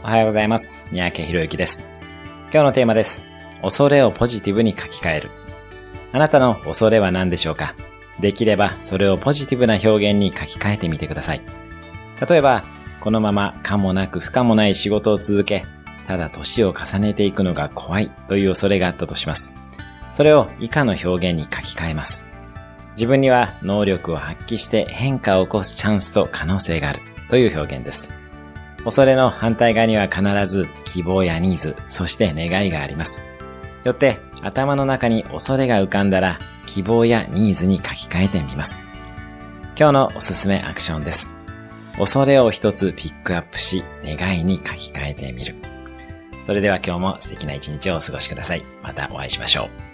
おはようございます。三宅博之です。今日のテーマです。恐れをポジティブに書き換える。あなたの恐れは何でしょうか？できればそれをポジティブな表現に書き換えてみてください。例えば、このまま可もなく不可もない仕事を続け、ただ年を重ねていくのが怖いという恐れがあったとします。それを以下の表現に書き換えます。自分には能力を発揮して変化を起こすチャンスと可能性があるという表現です。恐れの反対側には必ず希望やニーズ、そして願いがあります。よって頭の中に恐れが浮かんだら希望やニーズに書き換えてみます。今日のおすすめアクションです。恐れを一つピックアップし、願いに書き換えてみる。それでは今日も素敵な一日をお過ごしください。またお会いしましょう。